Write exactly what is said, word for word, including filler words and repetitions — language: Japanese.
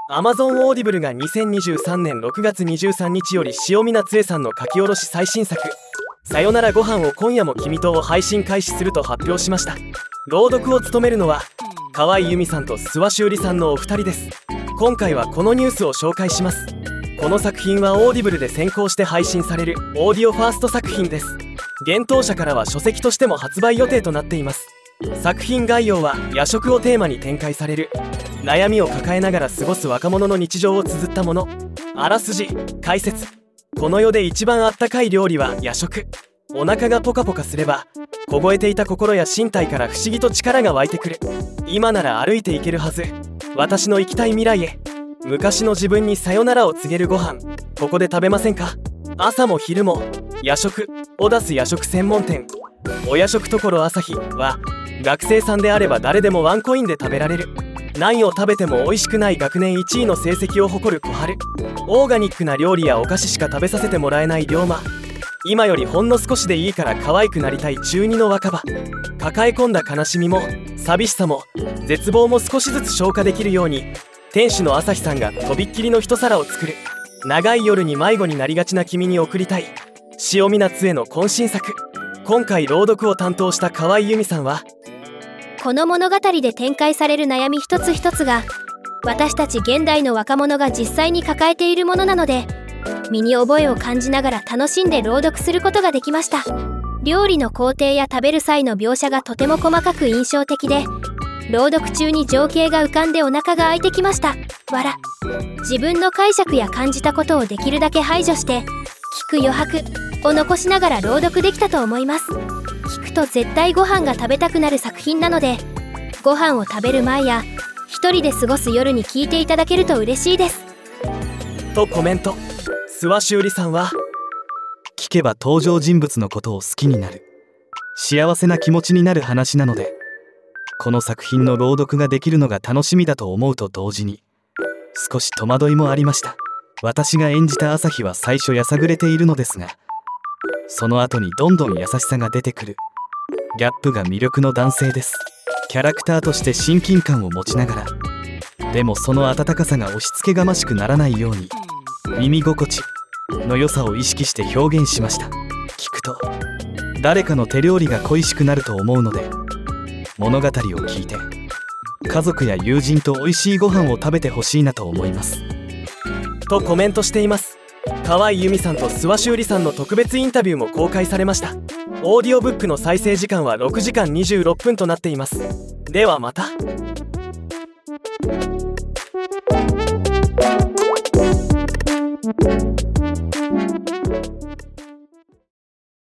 Amazon Audible がにせんにじゅうさんねんろくがつにじゅうさんにちより塩見夏江さんの書き下ろし最新作「さよならご飯を今夜も君と」を配信開始すると発表しました。朗読を務めるのは河合由美さんと諏訪しゅうりさんのお二人です。今回はこのニュースを紹介します。この作品は Audible で先行して配信されるオーディオファースト作品です。幻冬舎からは書籍としても発売予定となっています。作品概要は夜食をテーマに展開される悩みを抱えながら過ごす若者の日常を綴ったもの。あらすじ解説。この世で一番あったかい料理は夜食。お腹がポカポカすれば凍えていた心や身体から不思議と力が湧いてくる。今なら歩いていけるはず。私の行きたい未来へ。昔の自分にさよならを告げるご飯、ここで食べませんか。朝も昼も夜食を出す夜食専門店、お夜食所朝日は学生さんであれば誰でもワンコインで食べられる。何を食べても美味しくない学年いちいの成績を誇る小春。オーガニックな料理やお菓子しか食べさせてもらえない龍馬。今よりほんの少しでいいから可愛くなりたい中にの若葉。抱え込んだ悲しみも寂しさも絶望も少しずつ消化できるように、店主の朝日さんがとびっきりの一皿を作る。長い夜に迷子になりがちな君に送りたい塩見夏への渾身作。今回朗読を担当した河合由美さんは、 この物語で展開される悩み一つ一つが私たち現代の若者が実際に抱えているものなので、身に覚えを感じながら楽しんで朗読することができました。料理の工程や食べる際の描写がとても細かく印象的で、朗読中に情景が浮かんでお腹が空いてきました。わら。自分の解釈や感じたことをできるだけ排除して聞く余白を残しながら朗読できたと思います。聞くと絶対ご飯が食べたくなる作品なので、ご飯を食べる前や一人で過ごす夜に聞いていただけると嬉しいですとコメント。諏訪しゅうりさんは、 聞けば登場人物のことを好きになる、幸せな気持ちになる話なので、この作品の朗読ができるのが楽しみだと思うと同時に少し戸惑いもありました。私が演じた朝日は最初やさぐれているのですが、その後にどんどん優しさが出てくる。ギャップが魅力の男性です。キャラクターとして親近感を持ちながら、でもその温かさが押し付けがましくならないように耳心地の良さを意識して表現しました。聞くと誰かの手料理が恋しくなると思うので、物語を聞いて家族や友人と美味しいご飯を食べてほしいなと思いますとコメントしています。河合由美さんと諏訪しゅうりさんの特別インタビューも公開されました。オーディオブックの再生時間はろくじかんにじゅうろっぷんとなっています。ではまた。